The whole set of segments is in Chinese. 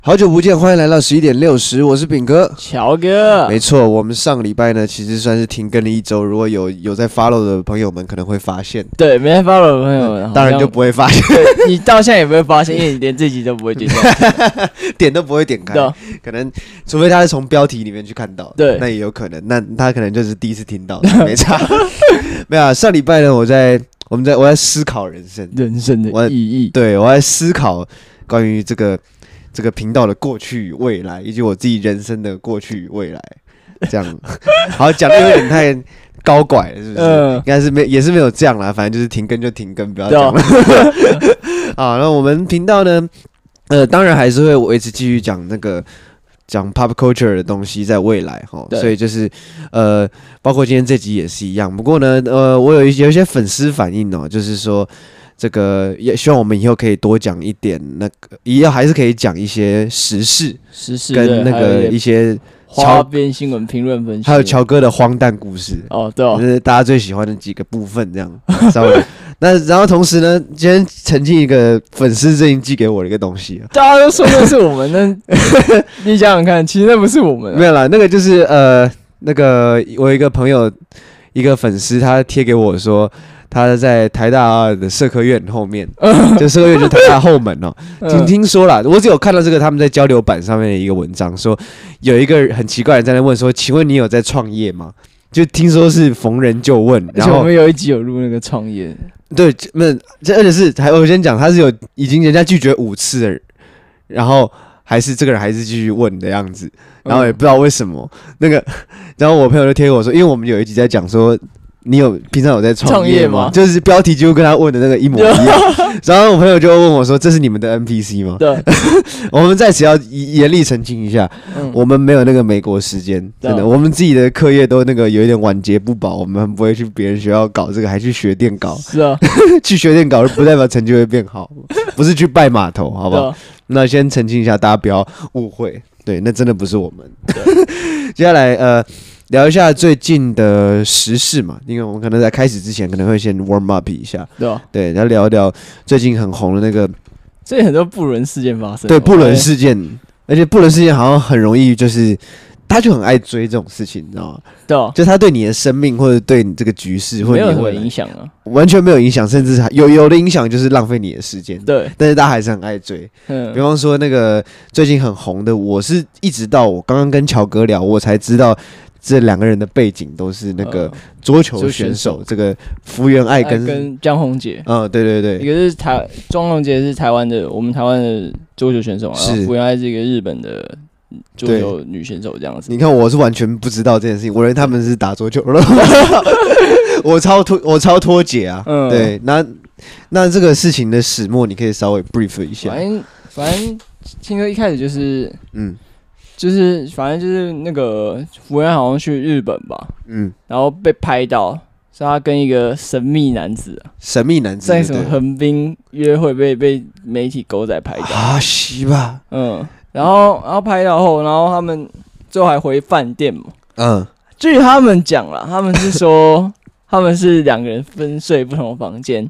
好久不见，欢迎来到11:60，我是炳哥， 乔哥。 没错，我们上个礼拜呢，其实算是停更了一周。如果有在 follow 的朋友们，可能会发现， 对，没在 follow 的朋友们， 当然就不会发现。 你到现在也不会发现，因为你连这集都不会点开， 点都不会点开，可能除非他是从标题里面去看到， 对， 那也有可能。那他可能就是第一次听到，没差。没有啊，上礼拜呢，我在思考人生的意义。 对，我在思考关于这个频道的过去与未来，以及我自己人生的过去与未来，这样好讲的有点太高拐了，是不是？应该是也是没有这样啦，反正就是停更就停更，不要讲了。好，那我们频道呢，当然还是会维持继续讲讲 pop culture 的东西，在未来哈，所以就是包括今天这集也是一样。不过呢，我有一些粉丝反映哦，就是说。这个也希望我们以后可以多讲一点，还是可以讲一些时事跟那个一些花边新闻评论分析， 还有乔哥的荒诞故事哦，对哦， 就是大家最喜欢的几个部分这样。稍微那然后同时呢，今天澄清一个粉丝最近寄给我的一个东西， 大家都说那是我们，那你想想看，其实那不是我们， 没有啦，那个就是那个我有一个朋友，一个粉丝，他贴给我说。他在台大的社科院后面，就社科院就台大后门哦。听说啦，我只有看到这个他们在交流版上面的一个文章，说有一个很奇怪的人在那问说：“请问你有在创业吗？”就听说是逢人就问。然后我们有一集有录那个创业， 对，而且是我先讲，他是已经人家拒绝5次的，然后这个人还是继续问的样子，然后也不知道为什么然后我朋友就贴给我说，因为我们有一集在讲说。你平常有在创业吗？就是标题几乎跟他问的那个一模一样。然后我朋友就问我说：“这是你们的 NPC 吗？” 对， 我们在此要严厉澄清一下，我们没有那个美国时间，真的，我们自己的课业都有一点晚节不保，我们不会去别人学校搞这个，还去学店搞。 是啊，去学店搞不代表成绩会变好，不是去拜码头，好不好？那先澄清一下，大家不要误会。对，那真的不是我们。接下来聊一下最近的时事嘛，因为我们可能在开始之前可能会先 warm up 一下，对，然后聊一聊最近很红的那个， 最近很多不伦事件发生， 对，不伦事件，而且不伦事件好像很容易就是他就很爱追这种事情，你知道吗？对，就他对你的生命或者对你这个局势或者没有什么影响啊， 完全没有影响，甚至有的影响就是浪费你的时间， 对， 但是大家还是很爱追，比方说那个最近很红的，我是一直到我刚刚跟乔哥聊，我才知道。这两个人的背景都是那个桌球选手，这个福原爱跟江宏杰， 对对对， 一个是庄宏杰是我们台湾的桌球选手，然后福原爱是一个日本的桌球女选手，这样子。 你看，我是完全不知道这件事情，我以为他们是打桌球的，我超脱节啊。对，那这个事情的始末，你可以稍微 brief 一下。 反正听说一开始就是就是反正就是那个福原好像去日本吧，然后被拍到，是他跟一个神秘男子在什么横滨约会被媒体狗仔拍到啊，是吧？ 然后拍到后，然后他们最后还回饭店嘛，据他们讲啦，他们是说他们是2个人分睡不同房间。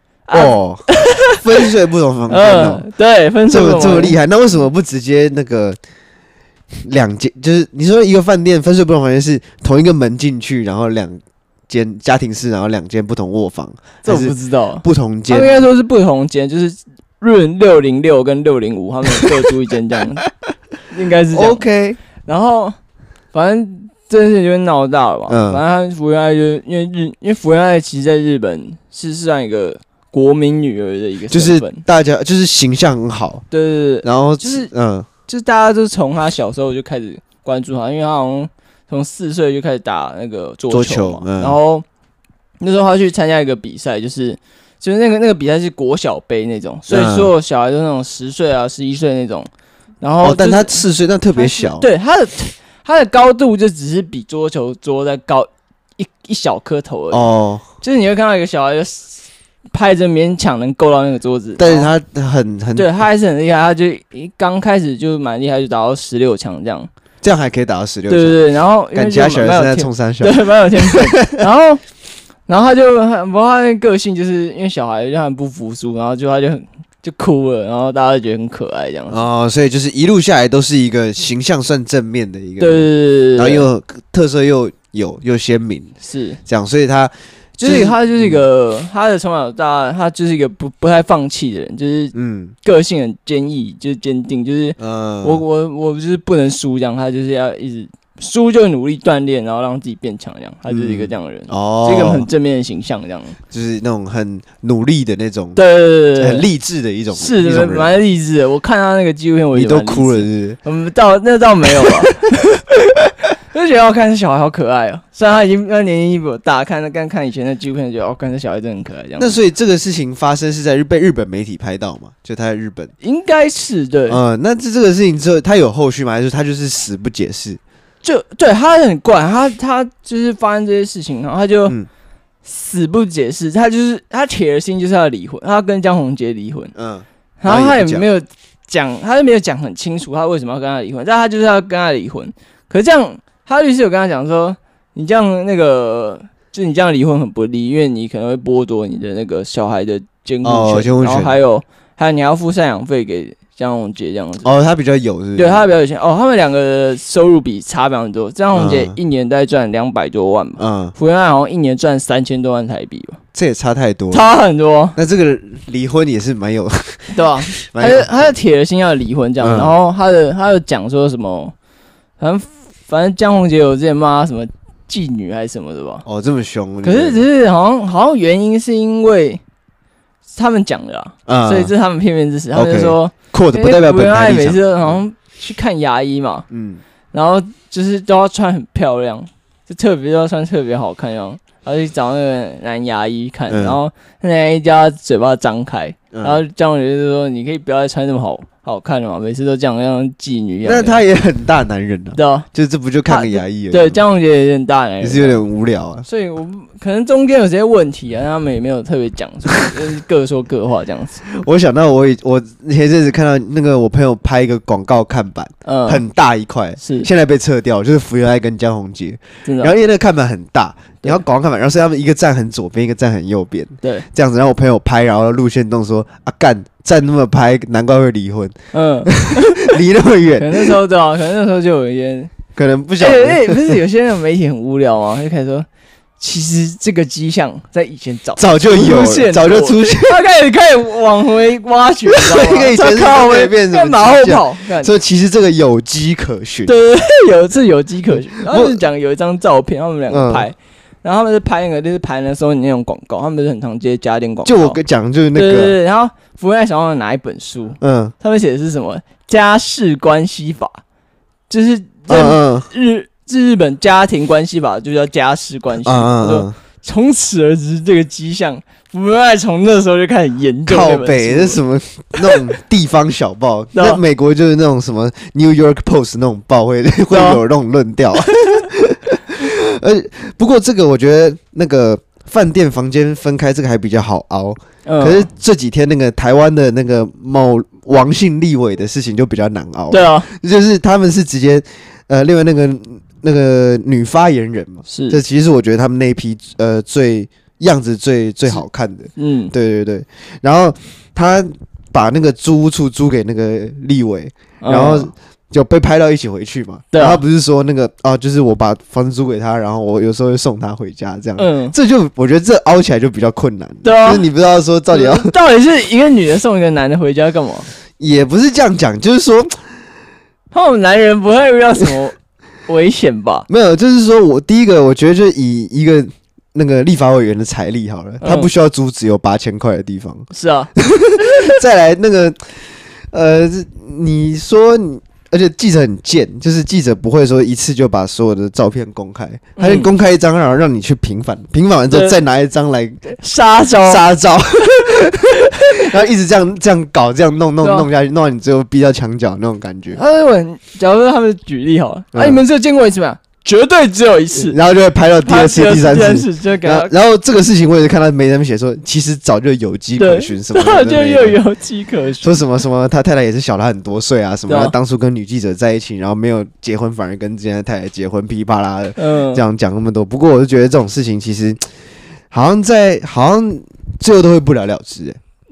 分睡不同房间对，分睡不同房间这么厉害，那为什么不直接那个？2间就是你说一个饭店分睡不同房间是同一个门进去，然后2间家庭式，然后2间不同卧房， 这我不知道。 不同间， 他们应该说是不同间，就是润606跟605，他们各住一间这样，应该是这样。 OK， 然后反正这件事情就闹大了嘛。反正福原爱就因为福原爱其实在日本是算一个国民女儿的一个身份， 就是大家就是形象很好， 对， 然后就是大家都从他小时候就开始关注他，因为他好像从4岁就开始打那个桌球嘛，然后那时候他去参加一个比赛，就是那个比赛是国小杯那种，所以所有小孩都那种10岁啊、11岁那种，然后但他4岁，那特别小， 对他的高度就只是比桌球桌再高一小颗头而已，就是你会看到一个小孩就拍着勉强能够到那个桌子， 但是他很对，他还是很厉害，他就刚开始就蛮厉害，就打到16强这样， 这样还可以打到16强， 对，然后感觉小学生在冲3小， 对，蛮有天分，然后他就不过他的个性就是因为小孩就很不服输，然后他就就哭了，然后大家就觉得很可爱这样子。 哦，所以就是一路下来都是一个形象算正面的一个， 对， 然后又特色又鲜明， 是这样，所以他就是一个他的从小到大，他就是一个不太放弃的人，就是个性很坚毅，就是坚定，就是我就是不能输这样，他就是要一直输就努力锻炼，然后让自己变强这样，他就是一个这样的人，是一个很正面的形象这样， 就是那种很努力的那种， 对， 很励志的一种， 是蛮励志的。我看他那个纪录片，我你都哭了是不是？ 我们倒没有吧。就觉得我看这小孩好可爱哦，虽然他年纪比我大，看以前的纪录片，觉得看这小孩真的很可爱这样。 那所以这个事情发生是在被日本媒体拍到嘛？就他在日本， 应该是对。 那这个事情之后，他有后续吗？还是他就是死不解释？ 就对他很怪，他就是发生这些事情，然后他就死不解释，他铁了心就是要离婚，他要跟江宏杰离婚，然后他也没有讲，他就没有讲很清楚他为什么要跟他离婚，但他就是要跟他离婚。可是这样，他律师有跟他讲说，你这样就你这样离婚很不利，因为你可能会剥夺你的那个小孩的监护权，然后还有你要付赡养费给江宏杰这样子。 他比较有是不是？ 对，他比较有钱。他们两个的收入比差非常多。江宏杰一年大概赚200多万吧，福原爱好像一年赚3000多万台币吧。 这也差太多， 差很多。 那这个离婚也是蛮有， 对吧？他就铁了心要离婚这样，然后他有讲说什么，反正江宏杰有之前骂他什么妓女还是什么的吧？ 这么凶。 可是只是好像原因是因为他们讲的啦，所以这是他们片面之词。他们就说， 不代表本台立场。 每次好像去看牙医嘛，然后就是都要穿很漂亮，就特别都要穿特别好看这样。然后去找那个男牙医看，然后那男牙医叫他嘴巴张开，然后江宏杰就说：“你可以不要再穿那么好看了嘛，每次都这样像妓女一样。” 那他也很大男人啊， 对啊， 就这不就看个牙医而已？ 对，江宏杰也很大男人， 也是有点无聊啊。 所以我可能中间有些问题啊，他们也没有特别讲出来，就是各说各话这样子。 我想到我前阵子看到那个我朋友拍一个广告看板，很大一块，是现在被撤掉，就是福原爱跟江宏杰，然后因为那个看板很大。然后广告看板，然后所以他们一个站很左边，一个站很右边，对，这样子。然后我朋友拍，然后路线动说：“干站那么拍，难怪会离婚。”离那么远， 可能那时候对啊，可能那时候就有一些， 可能不晓得。 不是有些人媒体很无聊吗？就开始说，其实这个迹象在以前早就有，早就出现。 他开始往回挖掘， 这个以前靠回变什么马后炮， 所以其实这个有迹可循。 对，有迹可循。然后就讲有一张照片，他们两个拍。然后他们是拍那个，就是拍那时候那种广告，他们是很常接家电广告。 就我跟讲，就是那个， 对。然后福原爱想要拿一本书，上面写的是什么家事关系法，就是日本家庭关系法就叫家事关系法。从此而知这个迹象，福原爱从那时候就开始研究。靠北那什么那种地方小报，那美国就是那种什么 New York Post 那种报会有那种论调。不过这个我觉得那个饭店房间分开这个还比较好熬，可是这几天那个台湾的那个某王姓立委的事情就比较难熬。 对啊，就是他们是直接另外那个女发言人嘛，是这其实我觉得他们那一批最样子最好看的，对，然后他把那个租屋处租给那个立委，然后。就被拍到一起回去嘛，对、啊，然后他不是说那个就是我把房子租给他，然后我有时候会送他回家这样，这就我觉得这凹起来就比较困难，对啊，就是你不知道说到底是一个女的送一个男的回家干嘛？ 也不是这样讲，就是说他们男人不会遇到什么危险吧？ 没有，就是说我第一个我觉得就以一个那个立法委员的财力好了，他不需要租只有8000块的地方， 是啊， 再来那个你说你。而且记者很贱，就是记者不会说一次就把所有的照片公开，他先公开一张，然后让你去平反，平反完之后再拿一张来杀招， 然后一直这样搞，这样弄下去，弄到你最后逼到墙角那种感觉。 假如说他们举例好了，你们只有见过一次吗？绝对只有一次， 然后就会拍到第2次、第3次，然后这个事情我也是看到媒体写说，其实早就有迹可循，什么就有迹可循， 说什么他太太也是小他很多岁啊，什么他当初跟女记者在一起，然后没有结婚，反而跟现在太太结婚，噼里啪啦的，这样讲那么多。不过我就觉得这种事情其实好像最后都会不了了之，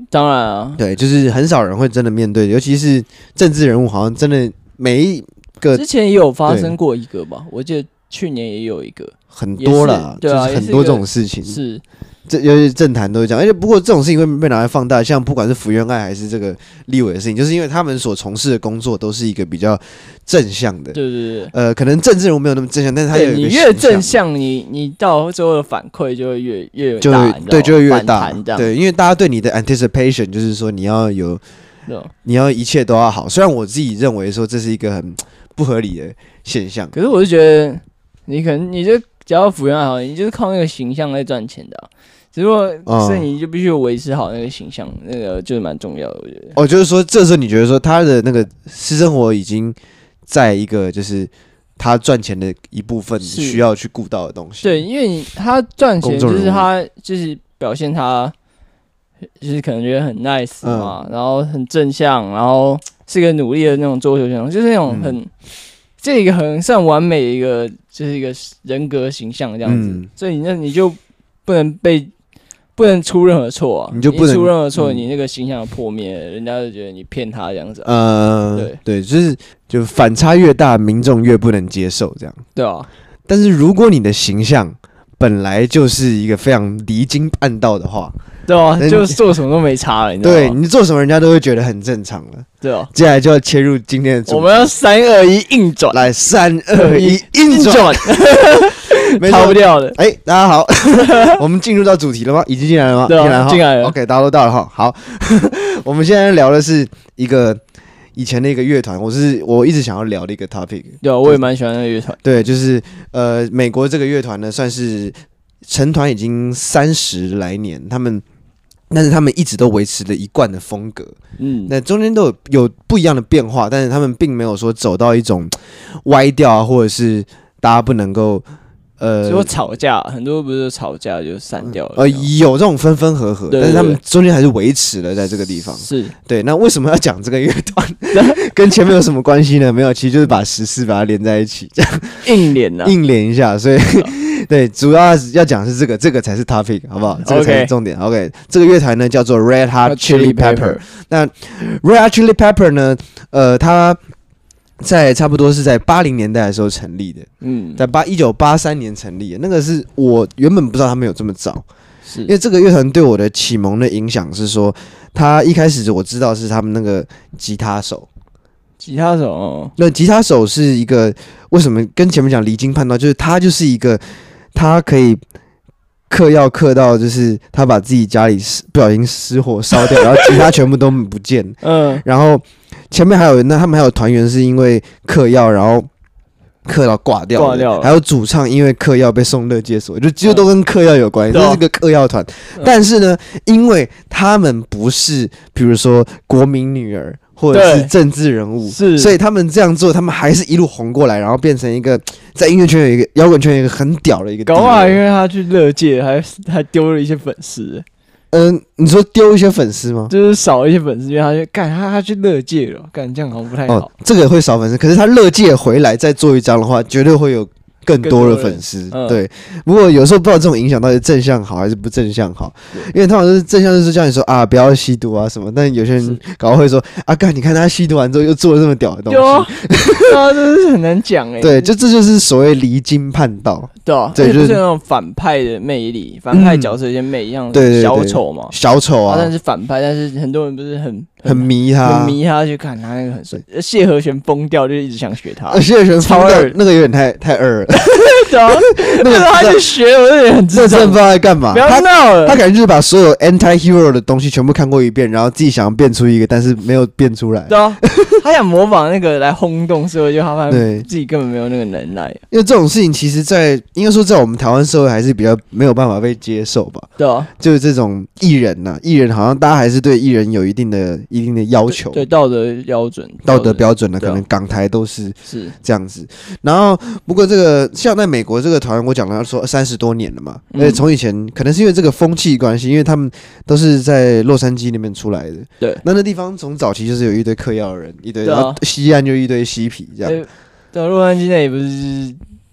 当然啊， 对，就是很少人会真的面对，尤其是政治人物，好像真的每一个之前也有发生过一个吧，我记得去年也有一个， 很多啦， 对啊， 就是很多这种事情是。 尤其是政坛都会这样，而且不过这种事情会被拿来放大，像不管是福原爱还是这个立委的事情，就是因为他们所从事的工作都是一个比较正向的， 对， 可能政治人物没有那么正向，但是他有一个你越正向，你到最后的反馈就会越大， 对，就会越大， 对， 因为大家对你的 anticipation 就是说你要有，你要一切都要好，虽然我自己认为说这是一个很不合理的现象， 可是我就觉得你可能你就只要福原爱好，你就是靠那个形象在赚钱的只不过所以你就必须维持好那个形象，那个就是蛮重要的，我觉得。 就是说，这时候你觉得说他的那个私生活已经在一个就是他赚钱的一部分需要去顾到的东西。 对，因为他赚钱就是他就是表现他就是可能觉得很 nice 嘛，然后很正向，然后是一个努力的那种桌球选手，就是那种这一个很算完美的一个就是一个人格形象这样子，所以你就不能出任何错啊！你就不能出任何错，你那个形象破灭，人家就觉得你骗他这样子。 对，就反差越大，民众越不能接受这样。 对啊， 但是如果你的形象本来就是一个非常离经叛道的话， 对啊，就做什么都没差了，你知道吗？ 对你做什么，人家都会觉得很正常了。 对啊， 接下来就要切入今天的主题， 我们要3、2、1硬转， 来3、2、1硬转。 逃不掉的。 大家好，我们进入到主题了吗？已经进来了吗？ 进来了。 OK， 大家都到了哈。好，我们现在聊的是一个以前的一个乐团，我一直想要聊的一个 topic。 对啊，我也蛮喜欢那个乐团。 对，就是美国这个乐团呢，算是成团已经30来年，但是他们一直都维持了一贯的风格。那中间都有不一样的变化，但是他们并没有说走到一种歪掉啊，或者是大家不能够说吵架，很多不是吵架就散掉了。 有这种分分合合，但是他们中间还是维持了在这个地方。 是对。那为什么要讲这个乐团？跟前面有什么关系呢？没有，其实就是把时事把它连在一起，这样硬连啊， 硬连一下。所以对，主要要讲是这个才是 topic， 好不好？这个才是重点。OK， 这个乐团呢叫做 Red Hot Chili Pepper。那 Red Hot Chili Pepper 呢，它在差不多是在80年代的时候成立的，在1983年成立的。那个是我原本不知道他们有这么早，因为这个乐团对我的启蒙的影响是说，他一开始我知道是他们那个吉他手，那吉他手是一个为什么跟前面讲离经叛道，就是他就是一个他可以嗑药嗑到就是他把自己家里不小心失火烧掉，然后吉他全部都不见，然后前面他们还有团员是因为嗑药，然后嗑到挂掉了，还有主唱因为嗑药被送勒戒所，就几乎都跟嗑药有关系，这是个嗑药团。但是呢，因为他们不是比如说国民女儿或者是政治人物，所以他们这样做，他们还是一路红过来，然后变成一个在音乐圈有一个摇滚圈有一个很屌的一个地位。 搞不好因为他去勒戒，还丢了一些粉丝。 你说丢一些粉丝吗？ 就是少一些粉丝，因为他就他去勒戒了，这样好像不太好。 这个会少粉丝，可是他勒戒回来再做一张的话，绝对会有更多的粉丝。对，不过有时候不知道这种影响到底正向好还是不正向好，因为通常都是正向就是叫你说啊不要吸毒啊什么，但有些人搞会说啊干你看他吸毒完之后又做了这么屌的东西， 真是很难讲对，这就是所谓离经叛道。 对，就是那种反派的魅力，反派角色有些魅力，像小丑嘛， 小丑啊， 但是反派，但是很多人不是很迷他， 去看他那个很帅。谢和弦疯掉，就一直想学他。 谢和弦超二，那个有点太二了。 对啊，那个他去学，我有点很智障， 真的不知道在干嘛。 不要闹了， 他感觉就是把所有 anti-hero 的东西全部看过一遍，然后自己想要变出一个，但是没有变出来。 对啊，他想模仿那个来轰动社会，就他发现自己根本没有那个能耐。因为这种事情，其实应该说在我们台湾社会还是比较没有办法被接受吧。 对啊， 就是这种艺人好像大家还是对艺人有一定的要求， 对道德标准、 可能港台都是这样子。然后不过这个像在美国这个团，我讲了说30多年了嘛，而且从以前可能是因为这个风气关系，因为他们都是在洛杉矶那边出来的。 对， 那地方从早期就是有一堆嗑药的人，一堆，然后西岸就一堆嬉皮这样。 对，洛杉矶那也不是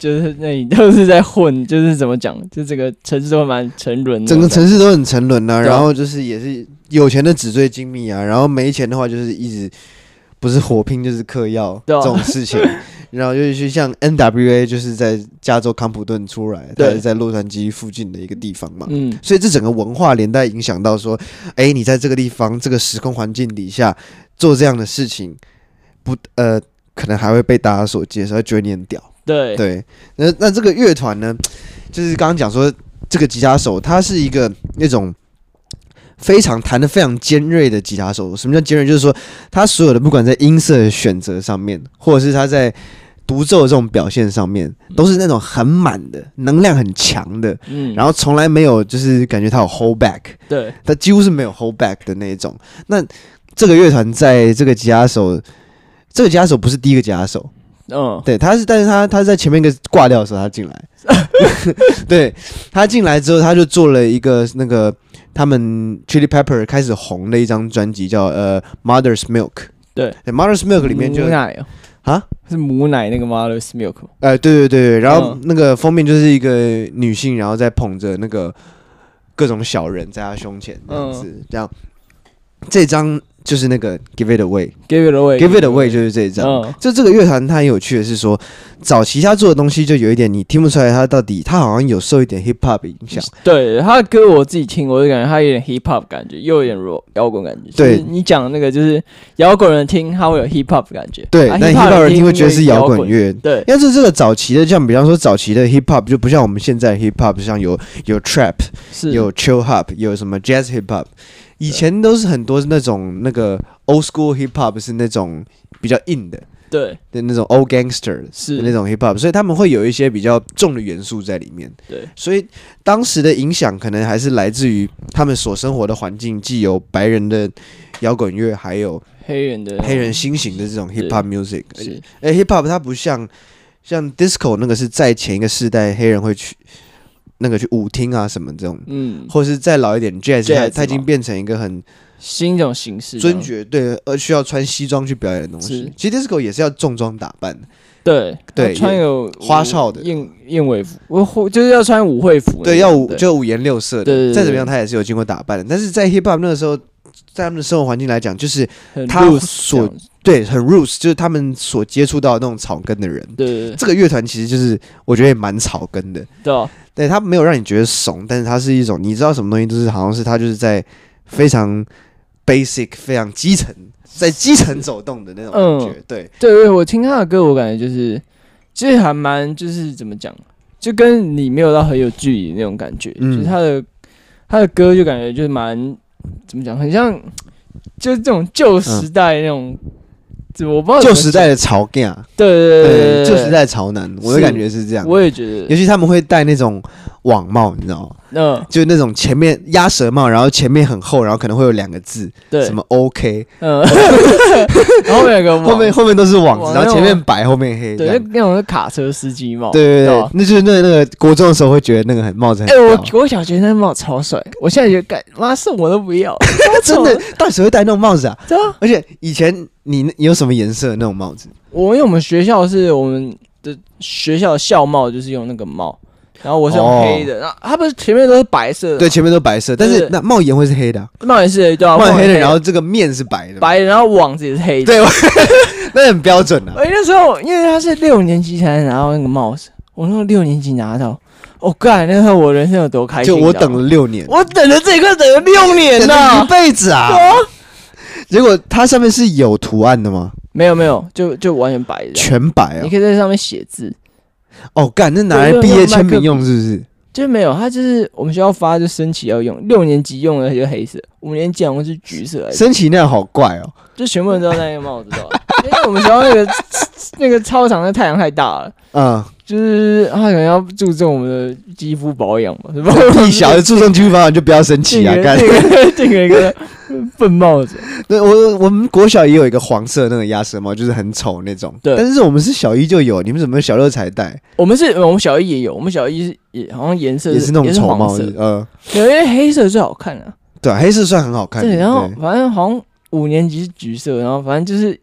就是那里都是在混，就是怎么讲，就这个城市都蛮沉沦的， 整个城市都很沉沦啊。然后就是也是有钱的纸醉金迷啊，然后没钱的话就是一直不是火拼就是嗑药这种事情。然后就是像 NWA 就是在加州康普顿出来，它是在洛杉矶附近的一个地方嘛，所以这整个文化连带影响到说，你在这个地方这个时空环境底下做这样的事情，可能还会被大家所接受，会觉得你很屌。对，那这个乐团呢，就是刚刚讲说这个吉他手他是一个那种弹得非常尖锐的吉他手。什么叫尖锐？就是说他所有的不管在音色的选择上面，或者是他在独奏的这种表现上面，都是那种很满的，能量很强的，然后从来没有就是感觉他有 hold back， 对， 他几乎是没有 hold back 的那一种。那这个乐团在这个吉他手不是第一个吉他手，对，但是他在前面一个挂掉的时候他进来，对，他进来之后他就做了一个那个他们 Chili Pepper 开始红的一张专辑叫Mother's Milk， 对 Mother's Milk 里面就是母奶那个 Mother's Milk， 对，然后那个封面就是一个女性，然后在捧着那个各种小人在她胸前这样子，这张就是那个 Give It Away 就是这一张。就这个乐团它很有趣的是说，早期他做的东西就有一点你听不出来他好像有受一点 hip hop 影响。 对，他的歌我自己听，我就感觉他有点 hip hop 感觉，又有点摇滚感觉。对，你讲那个就是摇滚人听他会有 hip hop 感觉， 对，但 hip hop 人听会觉得是摇滚乐。 对， 但是这个早期的，像比方说早期的 hip hop 就不像我们现在 hip hop， 像有 trap， 有 chill hop， 有什么 jazz hip hop。以前都是很多那种那个 old school hip hop 是那种比较硬的，对的那种 old gangster 是那种 hip hop， 所以他们会有一些比较重的元素在里面。对，所以当时的影响可能还是来自于他们所生活的环境，既有白人的摇滚乐，还有黑人新型的这种 hip hop music。hip hop 它不像 disco 那个是在前一个世代黑人会去。那个去舞厅啊什么这种，或是再老一点 jazz， 它已经变成一个很新这种形式， 尊爵对，需要穿西装去表演的东西。其实 disco 也是要重装打扮的，对，穿有花哨的燕尾服，就是要穿舞会服， 对，就五颜六色的，再怎么样他也是有经过打扮的。但是在 hip hop 那个时候，在他们的生活环境来讲，就是他对很 roots， 就是他们所接触到的那种草根的人。对，这个乐团其实就是我觉得也蛮草根的，对，他没有让你觉得怂，但是他是一种你知道什么东西都是好像是他就是在非常 basic 非常基层，在基层走动的那种感觉。 对，我听他的歌，我感觉就是还蛮就是怎么讲，就跟你没有到很有距离那种感觉，就是他的歌就感觉就是蛮怎么讲，很像就是这种旧时代那种。我不知道旧时代的潮 gang， 对，旧时代的潮男，我的感觉是这样。 我也觉得， 尤其他们会戴那种网帽，你知道吗？就那种前面鸭舌帽，然后前面很厚，然后可能会有2个字，什么 OK， 然后后面有个后面都是网子，然后前面白，后面黑， 对，那种是卡车司机帽， 对，那就是那个国中的时候会觉得那个帽子很屌。 我小学那帽超帅，我现在觉得妈送我都不要， 真的，到底谁会戴那种帽子啊？对啊，而且以前你有什么颜色的那种帽子？ 因为我们学校是我们的学校的校帽，就是用那个帽，然后我是用黑的，然后它不是前面都是白色的， 对，前面都白色，但是那帽檐会是黑的， 帽檐是黑的， 帽檐黑的，然后这个面是白的， 然后网子也是黑的， 对，那很标准啊。 那时候因为他是6年级才拿到那个帽子，我那6年级拿到。干，那时候我人生有多开心！ 就我等了6年， 我等了这一块等了6年呐，一辈子啊！结果它上面是有图案的吗？ 没有，就完全白的， 全白啊！ 你可以在上面写字。 干，那拿来毕业签名用是不是？ 就没有，它就是我们学校发就升旗要用，6年级用的就黑色，5年级好像是橘色。 升旗那样好怪哦， 就全部人都要戴那个帽子，知道吧？因为我们学校那个操场的太阳太大了，就是他可能要注重我们的肌肤保养嘛，是吧？ 屁小，注重肌肤保养就不要生气啊！干这个一个笨帽子。 对，我们国小也有一个黄色那个鸭舌帽，就是很丑那种。对，但是我们是小1就有，你们怎么小6才戴？ 我们小1也有，我们小1也好像颜色也是那种丑帽子， 因为黑色最好看啊。 对，黑色算很好看。 对，然后反正好像5年级是橘色，然后反正就是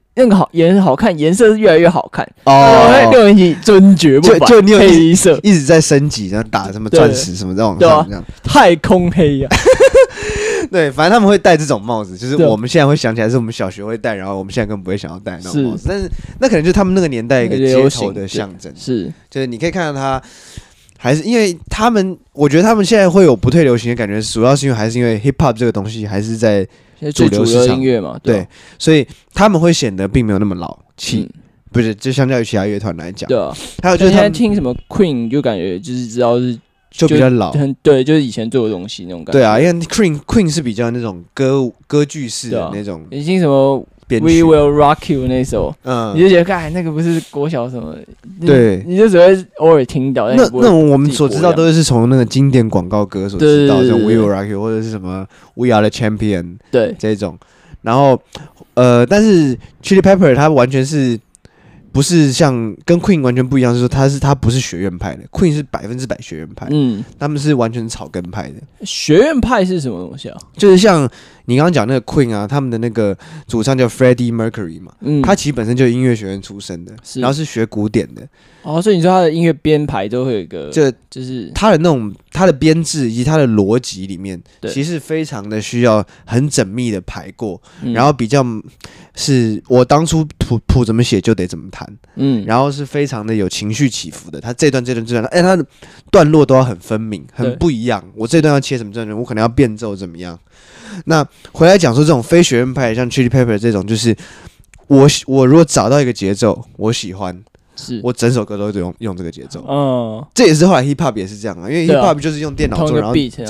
那个好看，颜色是越来越好看哦。6人一起尊爵不凡， 就你有黑色一直在升级，然后打什么钻石什么这种，这样太空黑呀。 对，反正他们会戴这种帽子，就是我们现在会想起来是我们小学会戴，然后我们现在根本不会想要戴那种帽子，但是那可能就是他们那个年代一个街头的象征， 是， 就是你可以看到他。还是因为他们，我觉得他们现在会有不退流行的感觉，主要是因为还是因为 hip hop 这个东西还是在主流市场音乐嘛， 对，所以他们会显得并没有那么老气，不是，就相较于其他乐团来讲， 对啊。 还有就是他们听什么 Queen 就感觉就是知道是就比较老， 对，就是以前做的东西那种感觉。 对啊，因为 Queen 是比较那种歌剧式的那种， 你听什么？We Will Rock You 那首，你就觉得，哎，那个不是国小什么， 对， 你就只会偶尔听到。 那我们所知道都是从那个经典广告歌所知道，像 We Will Rock You 或者是什么 We Are the Champion， 对这种。然后，但是 Chili Pepper 它完全是不是像跟 Queen 完全不一样，是说它不是学院派的 ，Queen 是100%学院派，他们是完全草根派的。 学院派是什么东西啊？ 就是像你刚刚讲那个 Queen 啊，他们的那个主唱叫 Freddie Mercury 嘛，他其实本身就是音乐学院出身的，然后是学古典的。 哦，所以你说他的音乐编排都会有一个，就是他的那种他的编制以及他的逻辑里面，其实非常的需要很缜密的排过，然后比较是我当初谱怎么写就得怎么弹，然后是非常的有情绪起伏的。他这段，他的段落都要很分明，很不一样。我这段要切什么段落，我可能要变奏怎么样。那回来讲说这种非学院派，像 Chili Pepper 这种，就是我如果找到一个节奏，我喜欢。我整首歌都用这个节奏，这也是后来 hip hop 也是这样啊，因为 hip hop 就是用电脑做，然后一直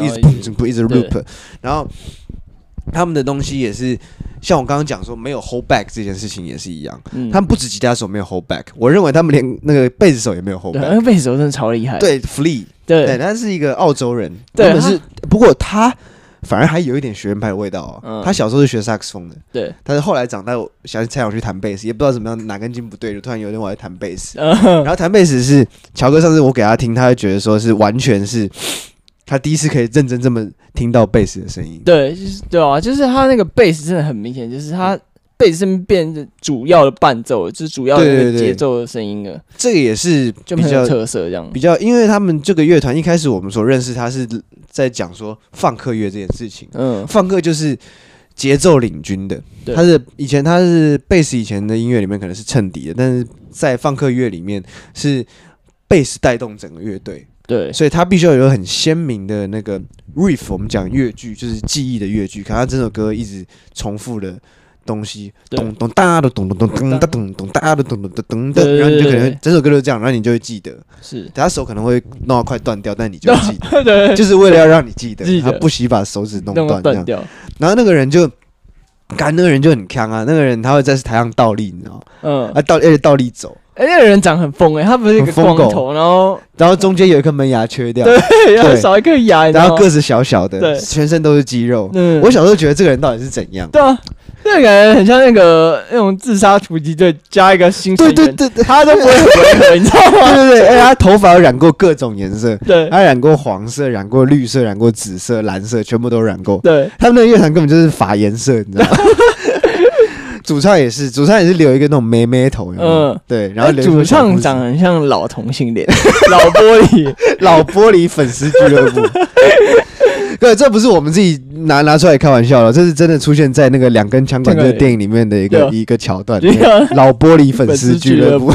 loop， 然后他们的东西也是像我刚刚讲说没有 hold back 这件事情也是一样，他们不止吉他手没有 hold back， 我认为他们连那个贝斯手也没有 hold back， 那个贝斯手真的超厉害， 对 Flea， 对，他是一个澳洲人， 对， 不过他。反而还有一点学院派的味道哦。他小时候是学萨克斯风的，对，但是后来长大，才想去弹贝斯，也不知道怎么样哪根筋不对，就突然有一天我在弹贝斯。然后弹贝斯是乔哥上次我给他听，他会觉得说是完全是他第一次可以认真这么听到贝斯的声音。对， 对啊，就是他那个贝斯真的很明显，就是他贝斯上面变成主要的伴奏，就是主要的那个节奏的声音了。 这个也是就比较特色，这样比较，因为他们这个乐团一开始我们所认识，他是在讲说放克乐这件事情。放克就是节奏领军的，他是贝斯以前的音乐里面可能是衬底的，但是在放克乐里面是贝斯带动整个乐队。对，所以他必须要有很鲜明的那个 riff， 我们讲乐句就是记忆的乐句，可他整首歌一直重复的。东西咚咚哒的咚咚咚咚哒咚咚哒的咚咚咚咚的，然后你就可能整首歌都这样，然后你就会记得。是，等下手可能会弄到快断掉，但你就会记得。对，就是为了要让你记得，他不惜把手指弄断这样。然后那个人就很强啊，那个人他会在台上倒立，你知道吗？而且倒立走。那个人长很疯他不是一个光头， 然后中间有一颗门牙缺掉， 对，要少一颗牙， 然后个子小小的，全身都是肌肉。我小时候觉得这个人到底是怎样？ 对啊。那个感觉很像那种自杀突击队加一个新成员，对，他都不会很违和，你知道吗？ 对，而且他头发有染过各种颜色，对，他染过黄色、染过绿色、染过紫色、蓝色，全部都染过。对，他们那个乐团根本就是发颜色，你知道吗？主唱也是留一个那种妹妹头，对，然后主唱长得很像老同性恋，老玻璃粉丝俱乐部。对，这不是我们自己拿出来开玩笑了，这是真的出现在那个两根枪管这个电影里面的一个桥段。老玻璃粉丝俱乐部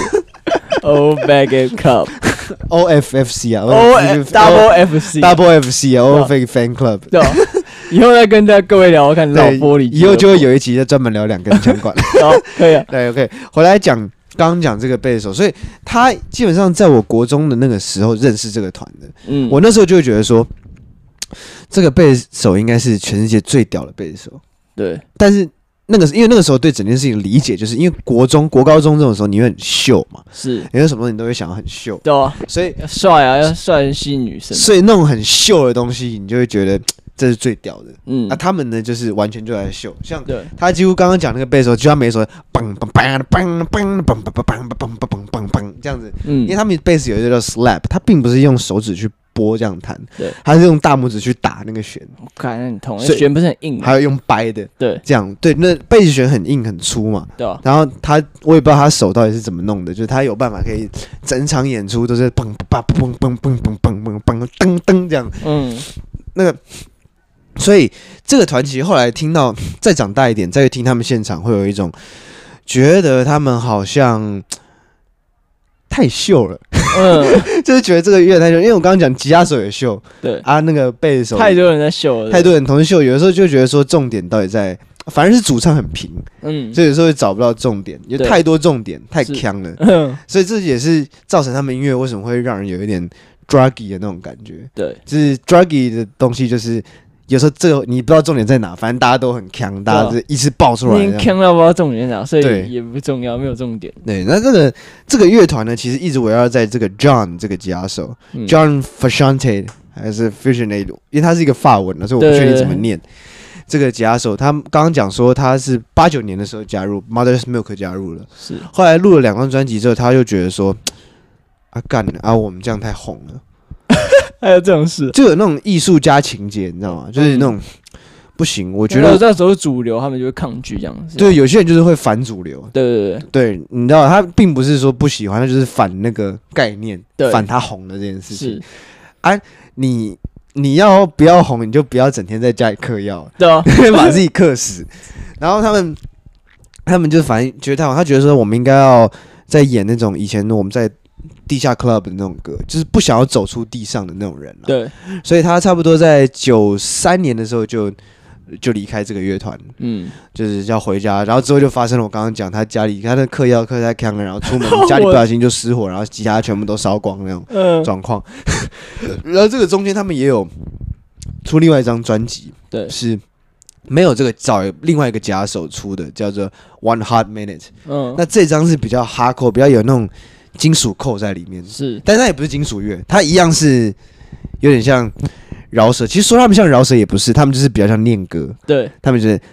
，Old Faggot Club，OFFC 啊 ，Double FC 啊 ，Old Faggot Fan Club。 以后再跟各位聊看老玻璃， 以后就会有一集专门聊两根枪管。 好，可以啊。 对 ，OK， 回来讲刚刚讲这个贝斯手，所以他基本上在我国中的那个时候认识这个团的。我那时候就会觉得说。这个贝斯手应该是全世界最屌的贝斯手，对。但是因为那个时候对整件事情的理解，就是因为国高中这种时候你会很秀嘛，是，因为什么东西你都会想要很秀，对啊，所以要帅啊，要帅吸引女生， 所以那种很秀的东西，你就会觉得这是最屌的。他们呢就是完全就在秀，像他几乎刚刚讲那个贝斯手，就他每一首梆梆梆梆梆梆梆梆梆梆梆梆梆梆， 这样子，因为他们贝斯有一个叫 slap， 它并不是用手指去拨这样弹， 对， 它是用大拇指去打那个弦。 我感觉很痛，弦不是很硬吗？ 还有用掰的， 对， 这样对，那贝斯弦很硬很粗嘛， 对啊。 然后我也不知道他手到底是怎么弄的，就是他有办法可以整场演出都是嘣嘣嘣嘣嘣嘣嘣嘣噔噔这样，那个。所以这个团其实后来听到，再长大一点，再去听他们现场，会有一种觉得他们好像太秀了，就是觉得这个乐太秀。因为我刚刚讲吉他手也秀， 对啊，那个贝斯手太多人在秀了， 太多人同时秀，有的时候就觉得说重点到底在，反而是主唱很平，所以有时候会找不到重点，有太多重点，太强了，所以这也是造成他们音乐为什么会让人有一点 druggy 的那种感觉，对，就是 druggy 的东西就是。有时候这个你不知道重点在哪，反正大家都很强，大家就一次爆出来， 你强到不知道重点在哪，所以也不重要，没有重点。 对，那这个乐团呢，其实一直围绕在这个 John 这个吉他手，John Frusciante 还是 Frusciante， 因为他是一个法文，所以我不确定怎么念。这个吉他手，他刚刚讲说他是89年的时候加入 Mother's Milk 加入了，是后来录了2张专辑之后，他就觉得说啊干啊，我们这样太红了。 还有这种事， 就有那种艺术家情节，你知道吗？就是那种不行，我觉得那时候主流他们就会抗拒这样子。 对，有些人就是会反主流。对，你知道，他并不是说不喜欢，他就是反那个概念，反他红的这件事情。是啊，你要不要红，你就不要整天在家里嗑药，对啊，把自己嗑死。然后他们就反正觉得他觉得说，我们应该要在演那种以前我们在。地下 club 的那种歌，就是不想要走出地上的那种人了。对，所以他差不多在93年的时候就离开这个乐团，就是要回家，然后之后就发生了我刚刚讲他家里他的嗑药嗑太强了，然后出门家里不小心就失火，然后吉他全部都烧光那种状况。然后这个中间他们也有出另外一张专辑，对，是没有这个找另外一个吉他手出的，叫做 One Hot Minute。那这张是比较 hardcore， 比较有那种。金属扣在里面是，但是它也不是金属乐，它一样是有点像饶舌。其实说他们像饶舌也不是，他们就是比较像念歌。对，他们就是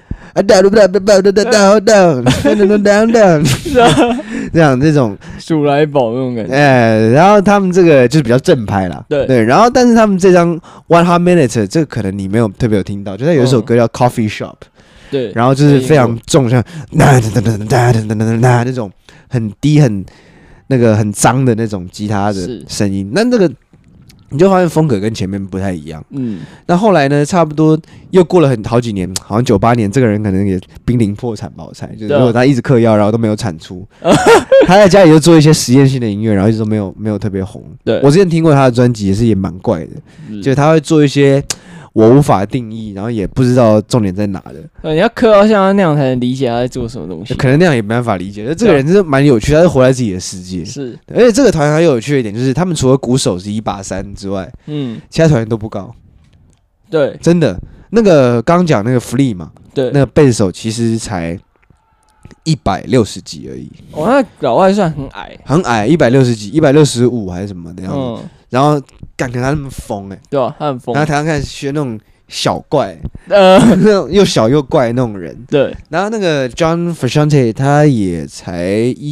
这样这种鼠来宝那种感觉。 然后他们这个就是比较正拍啦。对，然后但是他们这张 One Hot Minute 这个可能你没有特别有听到，就它有一首歌叫 Coffee Shop。对，然后就是非常重，像那种很低很。那个很脏的那种吉他的声音，那这个你就发现风格跟前面不太一样。那后来呢，差不多又过了好几年，好像98年，这个人可能也濒临破产吧，我猜。就是如果他一直嗑药，然后都没有产出，他在家里就做一些实验性的音乐，然后一直都没有特别红。对，我之前听过他的专辑，也蛮怪的，就是他会做一些。我无法定义，然后也不知道重点在哪的。 你要嗑到像他那样才能理解他在做什么东西。 可能那样也没办法理解。这个人真的蛮有趣，他是活在自己的世界。是，而且这个团还有趣的一点就是，他们除了鼓手是183之外，其他团员都不高。对，真的。那个刚刚讲那个 Flea 嘛，对，那个贝斯手其实才160几而已。 哦，那老外算很矮， 很矮，160几，165还是什么的样子。然后感觉他那么疯对吧？他很疯。然后台上开始学那种小怪，那种又小又怪那种人。对。然后那个 John Frusciante 他也才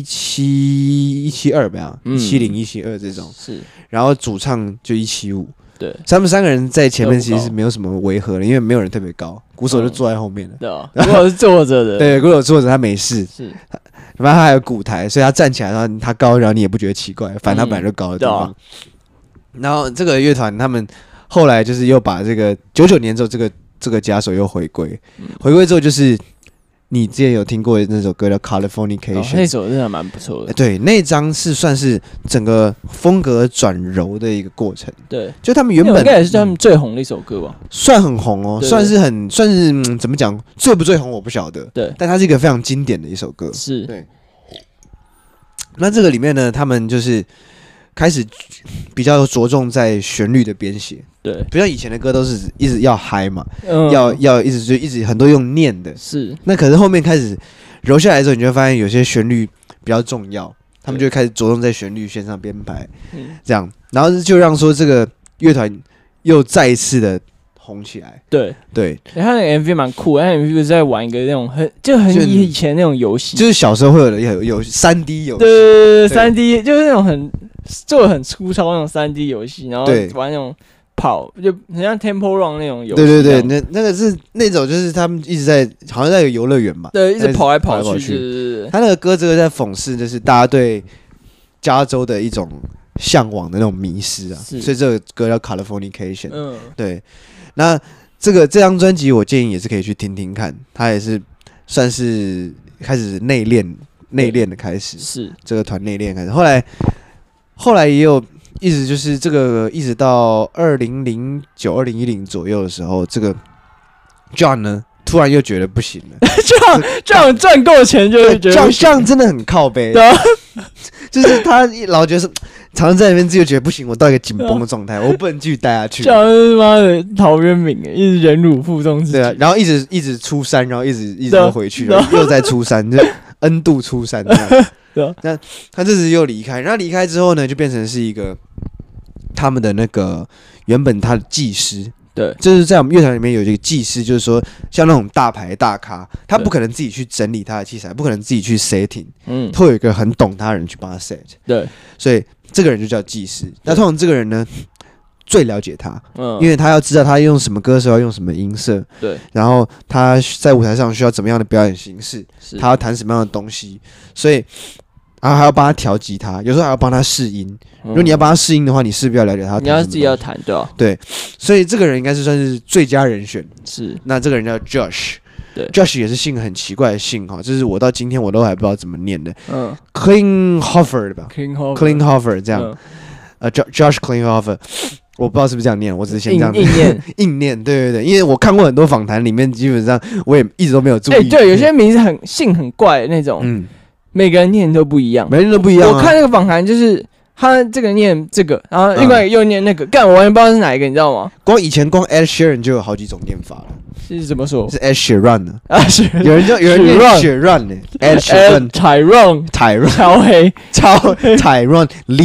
172吧，170、172这种。是。然后主唱就175。对。他们3个人在前面其实是没有什么违和的，因为没有人特别高，鼓手就坐在后面了。对啊。 鼓手是坐着的。 对，鼓手坐着他没事。是。反正他还有鼓台，所以他站起来，然后他高，然后你也不觉得奇怪，反正他本来就高的地方。然后这个乐团他们后来就是又把这个99年之后这个吉他手又回归，回归之后就是你之前有听过那首歌叫 Californication， 那首真的蛮不错的。 对，那张是算是整个风格转柔的一个过程。对，就他们原本应该也是他们最红的一首歌吧， 算很红哦，算是怎么讲，最不最红我不晓得。对，但它是一个非常经典的一首歌。是，对。那这个里面呢，他们就是开始比较着重在旋律的编写，对，不像以前的歌都是一直要嗨嘛，要一直很多用念的，是。那可是后面开始揉下来之后，你就会发现有些旋律比较重要，他们就会开始着重在旋律线上编排，这样，然后就让说这个乐团又再一次的红起来。 对，他那个 MV 蛮酷的，他 MV 是在玩一个那种很以前那种游戏， 就是小时候会有3D 游戏， 对，3D 就是那种做的很粗糙那种3D 游戏，然后玩那种跑，就很像 Temple Run 那种游戏。 对，那个是那种就是他们一直在好像在一个游乐园吧， 对，一直跑来跑去。对。 他那个歌这个在讽刺就是大家对加州的一种向往的那种迷失啊，所以这个歌叫 Californication。对。那这张专辑我建议也是可以去听听看，它也是算是开始内敛的开始， 是这个团内敛开始。后来也有一直就是这个一直到2009、2010左右的时候，这个 John 呢突然又觉得不行了。 John 赚够钱就会觉得 John 真的很靠北，对啊，就是他老觉得是常常在那边自己觉得不行，我到一个紧绷的状态，我不能继续待下去。 John 是妈的陶渊明一直忍辱负重自己， 对啊，然后一直出山，然后一直又回去，然后又再出山，就 N 度出山这样。对啊，那他这次又离开，然后离开之后呢，就变成是一个他们的那个原本他的技师， 对， 就是在我们乐团里面有一个技师，就是说像那种大牌大咖，他不可能自己去整理他的器材，不可能自己去 setting，会有一个很懂他的人去帮他 set， 对，所以这个人就叫技师。那通常这个人呢，最了解他，因为他要知道他用什么歌手要用什么音色，对，然后他在舞台上需要怎么样的表演形式，他要弹什么样的东西，所以然后还要帮他调吉他，有时候还要帮他试音。如果你要帮他试音的话，你势必要了解他， 你要自己要弹，对吧？ 对，所以这个人应该是算是最佳人选。是，那这个人叫 Josh， 对 ，Josh 也是姓很奇怪的姓哈，就是我到今天我都还不知道怎么念的，Klinghoffer 吧 ，Klinghoffer 这样，Josh Klinghoffer。我不知道是不是这样念，我只是先这样硬念，对，因为我看过很多访谈，里面基本上我也一直都没有注意。 对，有些名字姓很怪的那种，每个人念都不一样， 每个人都不一样。 我看那个访谈，就是他这个念这个，然后另外一个又念那个，干我完全不知道是哪一个，你知道吗？ 以前 Ed Sheeran 就有好几种念法了。 是怎么说？ 是 Ed Sheeran 的啊，有人念 Sheeran 的 Ed Sheeran， Tyrone 超黑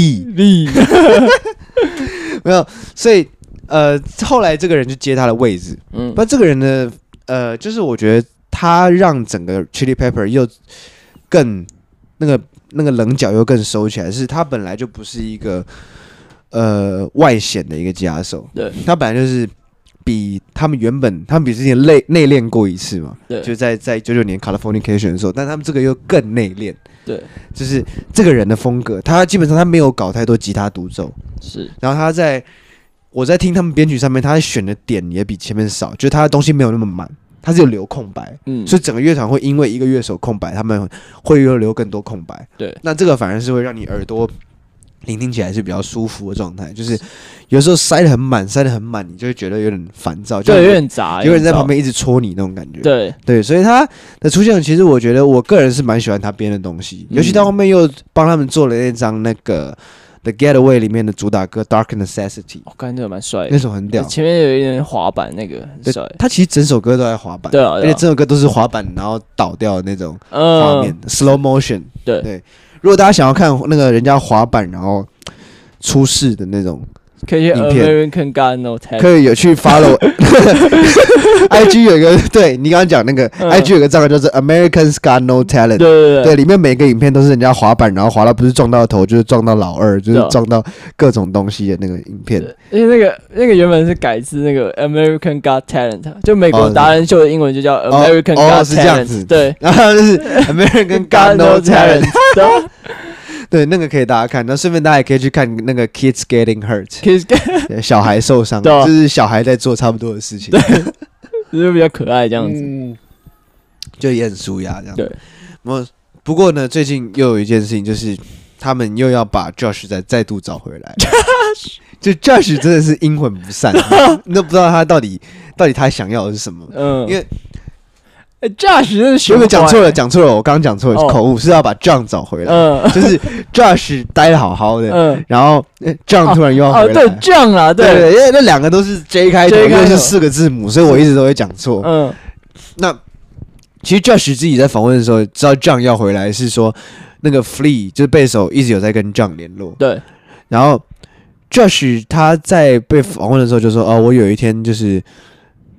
Lee 没有，所以后来这个人就接他的位置。不，这个人呢，就是我觉得他让整个 Chili Pepper 又更那个棱角又更收起来，是他本来就不是一个外显的一个吉他手，对，他本来就是比他们比之前内敛过一次嘛，对，就在99年 Californication 的时候，但他们这个又更内敛，对，就是这个人的风格，他基本上他没有搞太多吉他独奏，是，然后我在听他们编曲上面，他选的点也比前面少，就是他的东西没有那么满。他是有留空白，所以整个乐团会因为一个乐手空白，他们会又留更多空白。对，那这个反而是会让你耳朵聆听起来是比较舒服的状态。就是有时候塞得很满，你就会觉得有点烦躁，就有点杂， 有人在旁边一直戳你那种感觉。 对， 所以他的出现，其实我觉得我个人是蛮喜欢他编的东西，尤其到后面又帮他们做了那张那个。The Getaway 里面的主打歌 Dark Necessity， 我感觉那个蛮帅的， 那首很屌。 前面有一点滑板，那个很帅。 他其实整首歌都在滑板，对啊，而且整首歌都是滑板，然后倒掉的那种画面，slow motion。对，如果大家想要看那个人家滑板然后出事的那种可以去 American God No Talent， 可以有去 follow IG 有一个，对你刚刚讲那个 IG 有个账号叫做 American God No Talent， 对，里面每个影片都是人家滑板，然后滑到不是撞到头就是撞到老二，就是撞到各种东西的那个影片。 因为那个原本是改自那个 American God Talent， 就美国达人秀的英文就叫 American God Talent， 是这样子， 对， 然后就是 American God No Talent。对，那个可以大家看，那顺便大家也可以去看那个 Kids Getting Hurt， 小孩受伤，就是小孩在做差不多的事情，对， 就是比较可爱这样子， 就也很舒压这样。对，不过呢，最近又有一件事情，就是他们又要把 Josh 再度找回来，就 Josh 真的是阴魂不散，你都不知道他到底他想要的是什么，因为。 Josh 真的学讲错了，我刚刚讲错了，口误是要把 John 找回来，就是 Josh 待得好好的，然后 John 突然又要回来， 对 John 啊，对， 因为那两个都是 J 开头，又是4个字母，所以我一直都会讲错。那其实 Josh 自己在访问的时候，知道 John 要回来，是说那个 Flea 就是贝手一直有在跟 John 联络，对，然后 Josh 他在被访问的时候就说，我有一天就是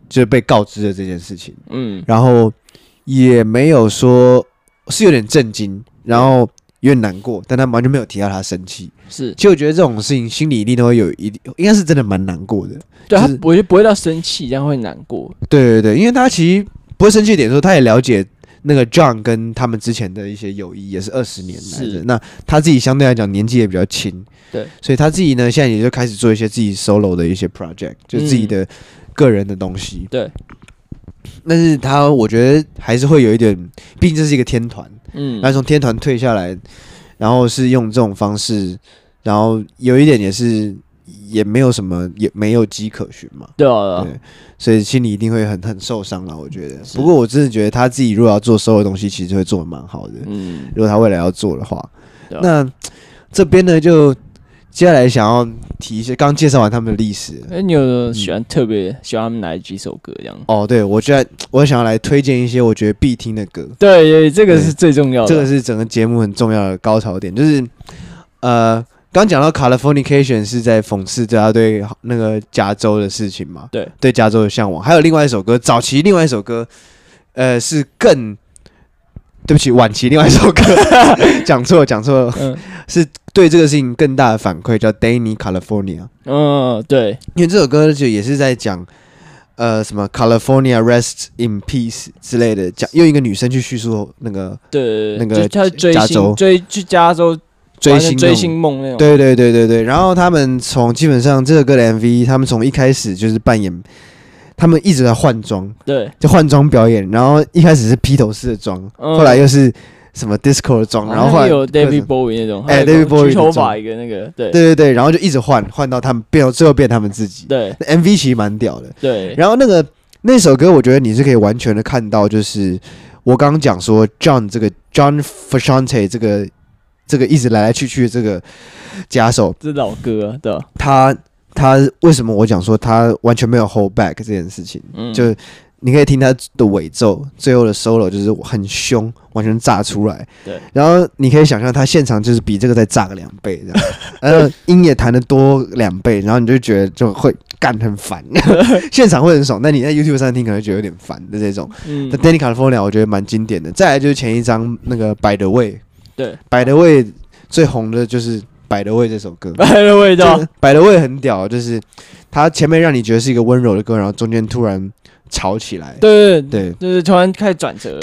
就是被告知了这件事情，然后也没有说是有点震惊，然后有点难过，但他完全没有提到他生气。 是， 其实我觉得这种事情心里一定都会有应该是真的蛮难过的。 对，他我觉得不会到生气，这样会难过。 对对对，因为他其实不会生气的点说，他也了解那个 John 跟他们之前的一些友谊也是20年来的，那他自己相对来讲年纪也比较轻， 对， 所以他自己呢现在也就开始做一些自己 solo 的一些 project， 就自己的个人的东西。 对， 但是他我觉得还是会有一点，毕竟这是一个天团，然后从天团退下来，然后是用这种方式，然后有一点也是也没有什么，也没有迹可循嘛。 对啊， 对，所以心里一定会很受伤了，我觉得。不过我真的觉得他自己如果要做收的东西，其实会做得蛮好的。如果他未来要做的话，那这边呢就接下来想要提一些，刚介绍完他们的历史。 你有特别喜欢他们哪几首歌这样？ 哦，对，我觉得我想要来推荐一些我觉得必听的歌。 对，这个是最重要的， 这个是整个节目很重要的高潮点，就是刚讲到 Californication 是在讽刺他对那个加州的事情嘛，对加州的向往。还有另外一首歌，早期另外一首歌，是更对不起，晚期另外一首歌，讲错了，是对这个事情更大的反馈，叫 Danny California。 对， 因为这首歌就也是在讲什么 California Rest in Peace 之类的，讲用一个女生去叙述那个对那个加州去加州。追星梦那种， 对，然后他们基本上这个歌的 MV， 他们从一开始就是扮演，他们一直在换装， 对， 就换装表演，然后一开始是披头士的装，后来又是什么 disco 的装，然后后来有 David Bowie 那种 ，David Bowie 举头发一个那个， 对，然后就一直换到他们最后变他们自己， 对 ，MV 其实蛮屌的， 对， 然后那首歌，我觉得你是可以完全的看到，就是我刚刚讲说 John Frusciante 这个一直来去的这个假手， 这老歌对， 他为什么我讲说他完全没有 hold back 这件事情，就你可以听他的尾奏，最后的 solo 就是很凶，完全炸出来。 对， 然后你可以想象他现场就是比这个再炸个2倍这样，然后音也弹得多2倍，然后你就觉得就会干很烦，现场会很爽，但你在 YouTube 上听可能觉得有点烦的这种。但 Danny California 我觉得蛮经典的。再来就是前一张那个 By the Way。 对 ，By the Way 最红的就是《By the Way》这首歌。 By the Way ，By the Way 很屌，就是它前面让你觉得是一个温柔的歌，然后中间突然吵起来。 对，就是突然开始转折。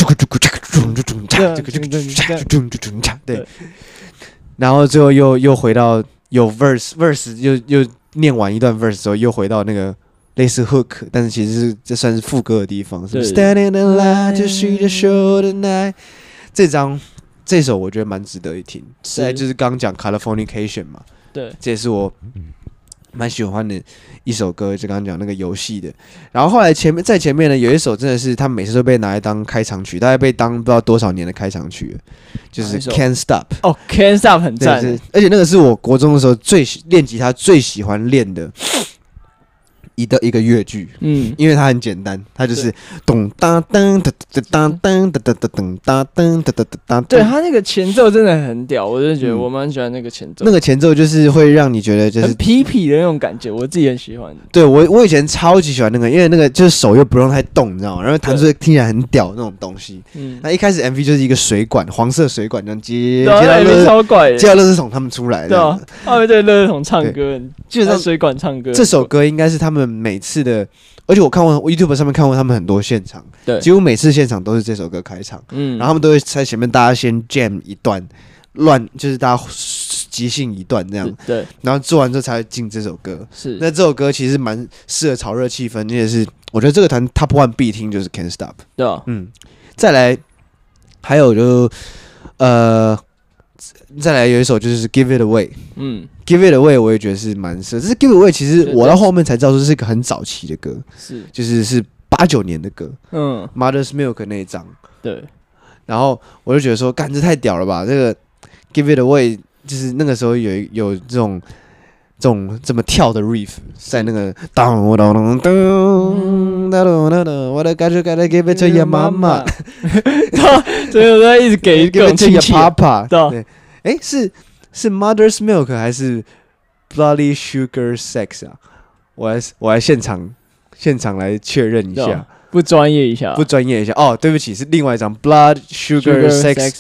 对，然后最后又回到有 verse 又念完一段 verse 之后，又回到那个类似 hook， 但是其实这算是副歌的地方。Standing in line to see the show tonight， 这首我觉得蛮值得一听。再来就是刚刚讲 Californication 嘛， 对， 这也是我蛮喜欢的一首歌，就刚刚讲那个游戏的。然后后来在前面呢，有一首真的是他们每次都被拿来当开场曲，大概被当不知道多少年的开场曲了，就是 Can't Stop。 哦 ，Can't Stop 很赞， 而且那个是我国中的时候练吉他最喜欢练的。一个乐句，因为它很简单，它就是咚当当哒哒当当哒哒哒咚当当哒哒哒当。 对，它那个前奏真的很屌，我真的觉得我蛮喜欢那个前奏。 那个前奏就是会让你觉得就是很痞痞的那种感觉，我自己很喜欢。 对，我以前超级喜欢那个，因为那个就是手又不用太动，你知道吗？然后弹出来听起来很屌那种东西。那一开始 MV 就是一个水管，黄色水管这样接到垃圾桶他们出来的。对啊， 他们对垃圾桶唱歌，基本上水管唱歌。 这首歌应该是他们每次的，而且我看过 YouTube 上面看过他们很多现场， 对， 几乎每次现场都是这首歌开场，然后他们都会在前面大家先 jam 一段，就是大家即兴一段这样， 对， 然后做完之后才会进这首歌。 是， 那这首歌其实蛮适合炒热气氛，也是我觉得这个团 Top One 必听就是 Can't Stop， 对啊， 再来还有就再来有一首就是 Give It Away，Give It Away 我也觉得是蛮适合，只是 Give It Away 其实我到后面才知道说是一个很早期的歌，是89年的歌，Mother's Milk 那一张， 对，然后我就觉得说，干这太屌了吧，这个 Give It Away 就是那个时候有这种这么跳的 riff 在那个当我的感觉 gotta give it to your mama， 所以我在一直给各种亲戚 papa， 对，是 Mother's Milk 还是 Bloody Sugar Sex 啊？我来现场现场来确认一下， 不专业一下， 不专业一下。哦，对不起，是另外一张 Blood Sugar Sex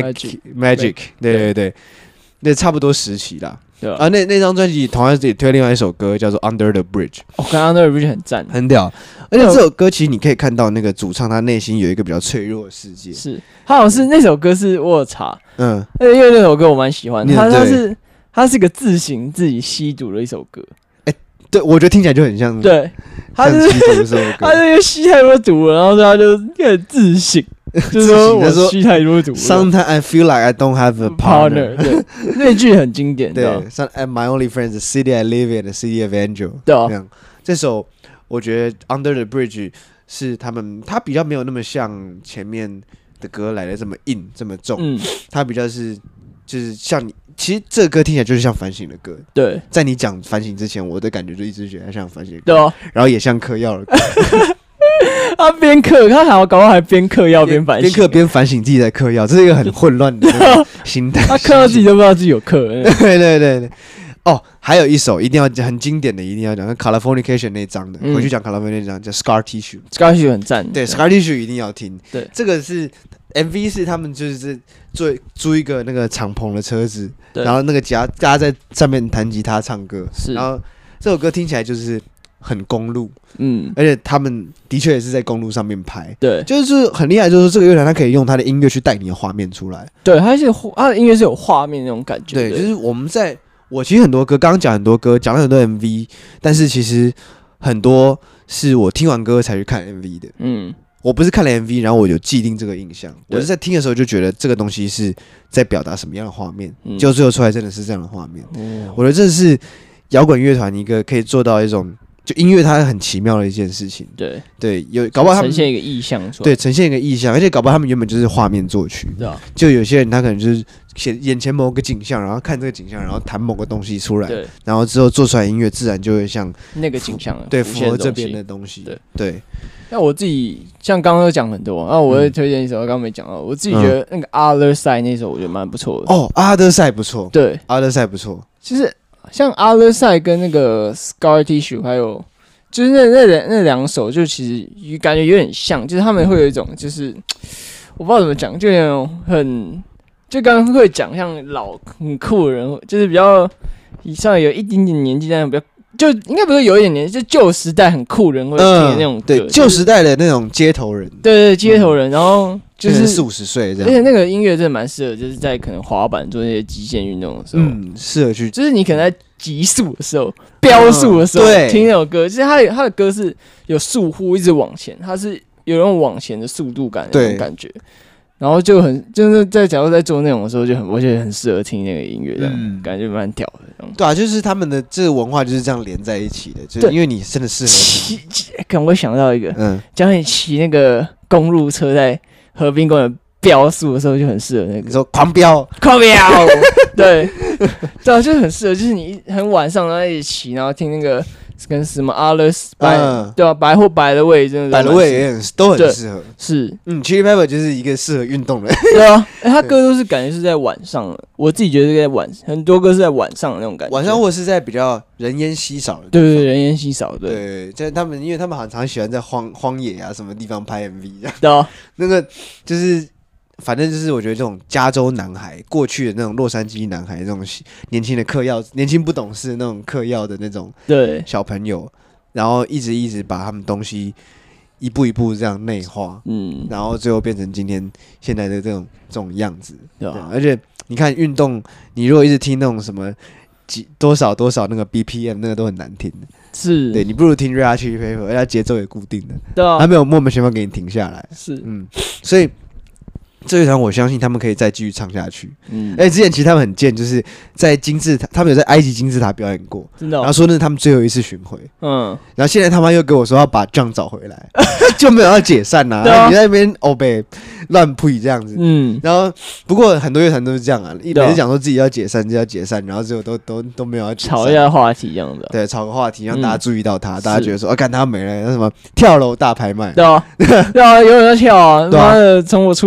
Magic， 对，那差不多时期啦。对啊，那张专辑同样也推另外一首歌叫做 Under the Bridge， 我看 Under the Bridge 很赞， 很屌。而且这首歌其实你可以看到那个主唱他内心有一个比较脆弱的世界。 是，他好像是那首歌是我有查，因为那首歌我蛮喜欢，他是个自行自己吸毒的一首歌。 对，我觉得听起来就很像， 对，他是吸毒的时候， 他是因为吸太多毒了，然后他就开始自省。就是说我吸太多毒了。 Sometimes I feel like I don't have a partner。 对，那句很经典。 对 ，My only friend is the city I live in, the city of angel。 对啊， 这首我觉得 Under the Bridge 是他比较没有那么像前面的歌来的这么硬这么重，他比较就是像你。其实这个歌听起来就是像反省的歌。对，在你讲反省之前，我的感觉就一直觉得它像反省的歌。对啊，然后也像嗑药的歌。 他边嗑，他搞不好还边嗑药边反省， 边嗑边反省自己在嗑药，这是一个很混乱的心态。 他嗑到自己都不知道自己有嗑。 对。哦，还有一首一定要很经典的，一定要讲，Californication 那张的，回去讲 Californication 那张叫 Scar Tissue。Scar Tissue 很赞。 对 ，Scar Tissue 一定要听。对，这个是 MV 是他们就是租一个那个敞篷的车子，然后那个大家在上面弹吉他唱歌，然后这首歌听起来就是很公路，而且他们的确也是在公路上面拍，对，就是很厉害，就是这个乐团它可以用它的音乐去带你的画面出来，对，它的音乐是有画面那种感觉，对，就是我其实很多歌，刚刚讲很多歌，讲了很多 MV， 但是其实很多是我听完歌才去看 MV 的，我不是看了 MV， 然后我有既定这个印象，我是在听的时候就觉得这个东西是在表达什么样的画面，就最后出来真的是这样的画面。我觉得这是摇滚乐团一个可以做到一种，就音乐它很奇妙的一件事情。对，搞不好他们呈现一个意象出来， 对，呈现一个意象，而且搞不好他们原本就是画面作曲，就有些人他可能就是写眼前某个景象，然后看这个景象，然后弹某个东西出来，然后之后做出来音乐自然就会像那个景象， 对，符合这边的东西，对。 那我自己像刚刚都讲很多，然后我会推荐一首，刚刚没讲到，我自己觉得那个 Other Side 那首我觉得蛮不错的。 哦 ，Other Side 不错， 对 ，Other Side 不错。 其实像 Other Side 跟那个 Scar Tissue 还有就是那两首，就其实感觉有点像，就是他们会有一种就是我不知道怎么讲，就那种就刚刚会讲像很酷的人，就是比较以上有一点点年纪，但比较。就应该不是有一点年，就旧时代很酷人会听的那种歌， 对，旧时代的那种街头人， 对，街头人，然后就是 40-50岁这样， 而且那个音乐真的蛮适合，就是在可能滑板做那些极限运动的时候， 适合去， 就是你可能在极速的时候、飙速的时候听那首歌，其实它的歌是有速呼一直往前，它是有那种往前的速度感那种感觉。然后就是假如在做那种的时候，我觉得很适合听那个音乐，这样感觉蛮屌的。 对啊，就是他们的这个文化就是这样连在一起的，就是因为你真的适合听。 我想到一个，讲你骑那个公路车在河滨公园飙速的时候，就很适合那个， 你说狂飙， 对，对啊，就是很适合，就是你很晚上然后一起骑，然后听那个。跟什么 Alice 对啊，白或白的味，真的白的味也都很适合。 是 ，Chili Pepper 就是一个适合运动的。 对啊，他歌都是感觉是在晚上，我自己觉得在很多歌是在晚上的那种感觉。 晚上或者是在比较人烟稀少的地方。 对，人烟稀少的。 对，在因为他们很常喜欢在荒野啊什么地方拍 MV 这样。 对啊， 那个就是。反正就是我觉得这种加州男孩，过去的那种洛杉矶男孩，这种年轻的嗑药、年轻不懂事的那种嗑药的那种小朋友，然后一直把他们东西一步一步这样内化，然后最后变成今天现在的这种样子，对吧？而且你看运动，你如果一直听那种什么多少那个 BPM， 那个都很难听的，是对你不如听 Red Hot Chili Pepper， 而且节奏也固定的，对啊，他没有莫名其妙给你停下来，是所以。这一团我相信他们可以再继续唱下去。而且之前其实他们很贱，就是在金字塔，他们有在埃及金字塔表演过，真的然后说那是他们最后一次巡回。然后现在他们又跟我说要把 John 找回来，就没有要解散啊。你在那边北乱呸这样子。然后不过很多乐团都是这样啊，每次讲说自己要解散就要解散，然后最后都没有要解散。 炒一下话题一样的。对， 炒个话题让大家注意到他，大家觉得说干他没了，那什么跳楼大拍卖。 对啊，有人在跳啊，妈的，从我出生到现在。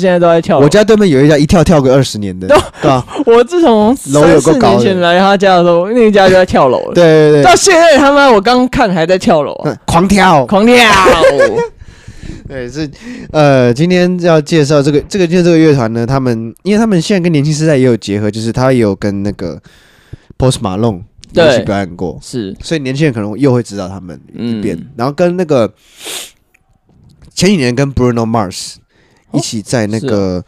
现在都在跳楼。 我家对面有一家一跳个20年的，对吧？ 我自从3-4年前来他家的时候，那一家就在跳楼了。 对， 到现在他妈我刚看还在跳楼啊， 狂跳。对，是今天要介绍这个乐团呢，因为他们现在跟年轻时代也有结合，就是他也有跟那个 Post Malone 一起表演过， 是， 所以年轻人可能又会知道他们一遍。然后跟那个前几年跟 Bruno Mars 一起在那个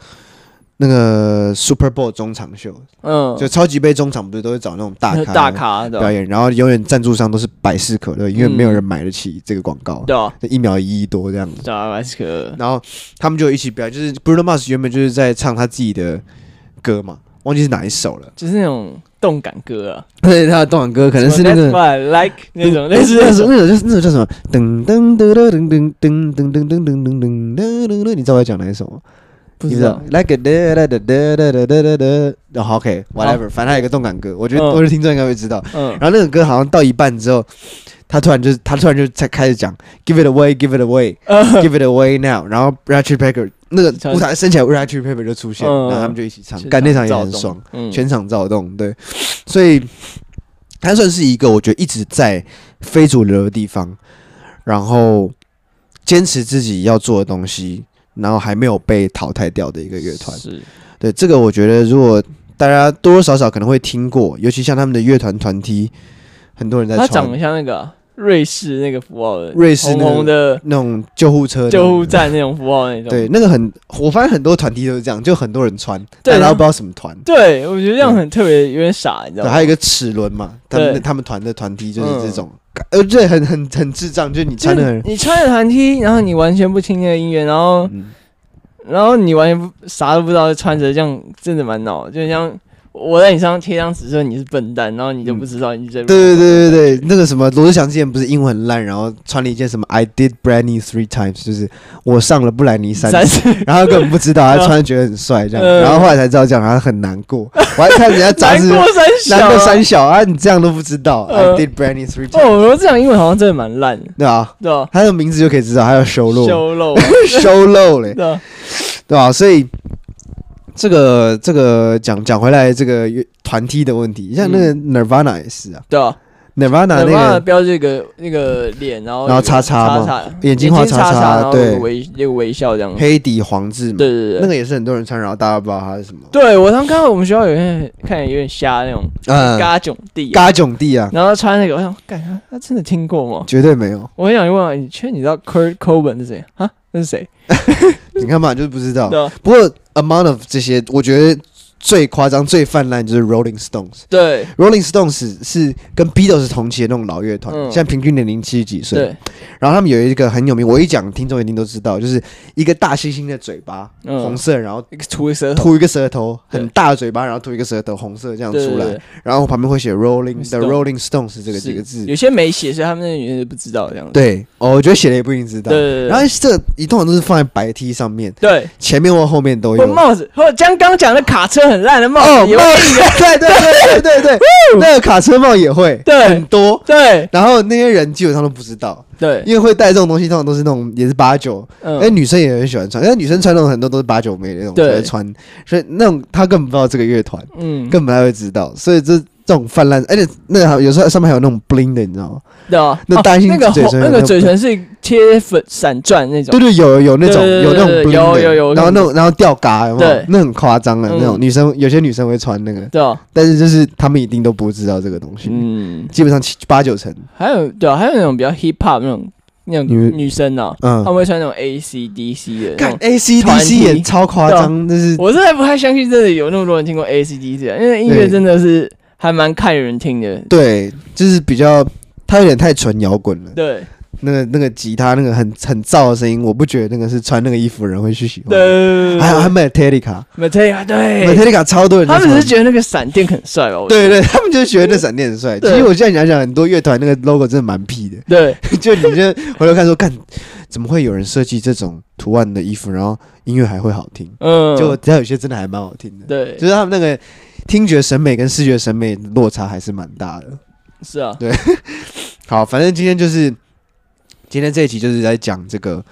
Super Bowl 中场秀，就超级杯中场不是都会找那种大咖表演，然后永远赞助商都是百事可乐，因为没有人买得起这个广告， 对啊 ，1秒1亿多这样子， 对啊，百事可乐。 然后他们就一起表演，就是 Bruno Mars 原本就是在唱他自己的歌嘛，忘记是哪一首了， 就是那种动感歌啊， 对，他的动感歌可能是那个 Like 那种类似那首叫什么？噔噔噔噔噔噔噔噔噔噔噔噔，你知道我在讲哪一首吗？ 不知道 ，like a da da da da da da da da， 然后 OK whatever， 反正他有一个动感歌，我觉得我的听众应该会知道。然后那个歌好像到一半之后，他突然就才开始讲 Give it away, give it away, give it away now， 然后 Red Hot Chili Peppers 那个舞台升起来 ，Red Hot Chili Peppers 就出现，然后他们就一起唱，干那场也很爽，全场躁动，对，所以他算是一个我觉得一直在非主流的地方，然后坚持自己要做的东西。然后还没有被淘汰掉的一个乐团，对这个我觉得，如果大家多多少少可能会听过，尤其像他们的乐团团T，很多人在穿。 他长得像那个瑞士那个符号的， 瑞士红红的那种救护车、 救护站那种符号那种。 对，那个我发现很多团T都是这样，就很多人穿，但大家不知道什么团。 对，我觉得这样很特别，有点傻，你知道吗？ 还有一个齿轮嘛，他们团的团T就是这种。对，很智障，就是你穿的团T，然后你完全不听那个音乐，然后你完全啥都不知道，穿着这样真的蛮闹的，就像我在你身上贴张纸说你是笨蛋，然后你就不知道你在。 对，那个什么罗志祥之前不是英文很烂，然后穿了一件什么 I did Brandy 3 times， 就是我上了布兰妮3次，然后根本不知道，他穿觉得很帅这样，然后后来才知道这样，他很难过。我还看人家杂志，难过三小啊，你这样都不知道 I did Brandy 3 times。 罗志祥英文好像真的蛮烂的， 对啊，他的名字就可以知道，还有修漏嘞，对吧？所以。这个讲回来，这个团T的问题，像那个 Nirvana 也是啊， 对啊 ，Nirvana 那个标这个那个脸，然后叉叉嘛，眼睛画叉叉，对， 有个微笑这样， 黑底黄字嘛， 对， 那个也是很多人穿，然后大家不知道它是什么。 对我刚看到我们学校有人看起来有点瞎那种，嘎囧地啊，然后穿那个，我想，干他真的听过吗？ 绝对没有。 我很想问你知道 Kurt Cobain 是谁啊？那是谁？ 你看嘛，就是不知道。不过 amount of 这些，我觉得最夸张、最泛滥就是 Rolling Stones。 对 ，Rolling Stones 是跟 Beatles 同期的那种老乐团，现在平均年龄70几岁。对，然后他们有一个很有名，我一讲听众一定都知道，就是一个大猩猩的嘴巴，红色，然后吐一个舌头，很大的嘴巴，然后吐一个舌头，红色这样出来，然后旁边会写 Rolling Stones 这个几个字。 有些没写，所以他们那女生不知道这样子。 对，我觉得写了也不一定知道。对，然后这一通常都是放在白 T 上面，对，前面或后面都有。 或帽子，或将刚讲的卡车很烂的帽子也会。 对，那个卡车帽也会， 对， 很多， 对。 然后那些人基本上都不知道， 对， 因为会戴这种东西，通常都是那种也是89，女生也很喜欢穿，因为女生穿那种很多都是89妹那种才会穿，所以那种他根本不知道这个乐团，根本不太会知道，所以这种泛滥，而且那个有时候上面还有那种 bling 的，你知道吗？ 对啊， 那大猩猩那个嘴唇是贴粉闪钻那种， 对，有那种有那种 bling 的， 有， 然后吊嘎，有没有？那很夸张的那种，有些女生会穿那个，对啊，但是就是他们一定都不知道这个东西，基本上8-9成。 还有那种比较 hip hop 那种女生啊，他们会穿那种 AC/DC 的， 看 AC/DC 也超夸张，就是我真的不太相信，真的有那么多人听过 AC/DC， 因为音乐真的是还蛮看人听的，对， 就是比较。他有点太纯摇滚了， 对， 那个吉他那个很燥的声音，我不觉得那个是穿那个衣服的人会去喜欢。 对， 还有Metallica， 对 ，Metallica 超多人， 他们只是觉得那个闪电很帅吧？ 对，他们就觉得那闪电很帅。其实我现在想，很多乐团那个 logo 真的蛮屁的。 对， 就你就回头看说，怎么会有人设计这种图案的衣服，然后音乐还会好听？就只要有些真的还蛮好听的。对，就是他们那个听觉审美跟视觉审美落差还是蛮大的。 是啊， 对，好，反正今天这一期就是在讲这个，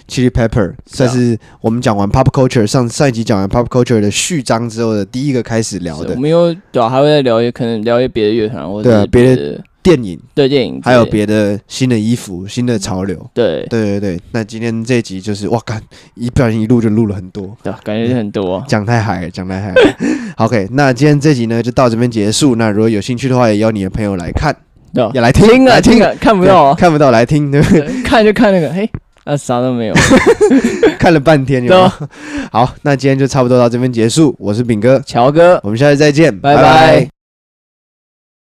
Chili Pepper， 算是我们讲完 Pop Culture 上一集讲完 Pop Culture 的序章之后的第一个开始聊的。 我们还会再聊可能聊一些别的乐团或者别的电影， 对电影， 还有别的新的衣服、新的潮流。 对。 那今天这一集就是哇，干不小心一录就录了很多， 对，感觉很多， 讲太嗨了。OK， 那今天这集呢就到这边结束。那如果有兴趣的话，也邀你的朋友来看，也来听啊，看不到啊， 看不到来听，对不对？ 看就看那个，嘿。啥都没有， 看了半天有没有？好，那今天就差不多到这边结束。我是炳哥， 乔哥， 我们下次再见， 拜拜。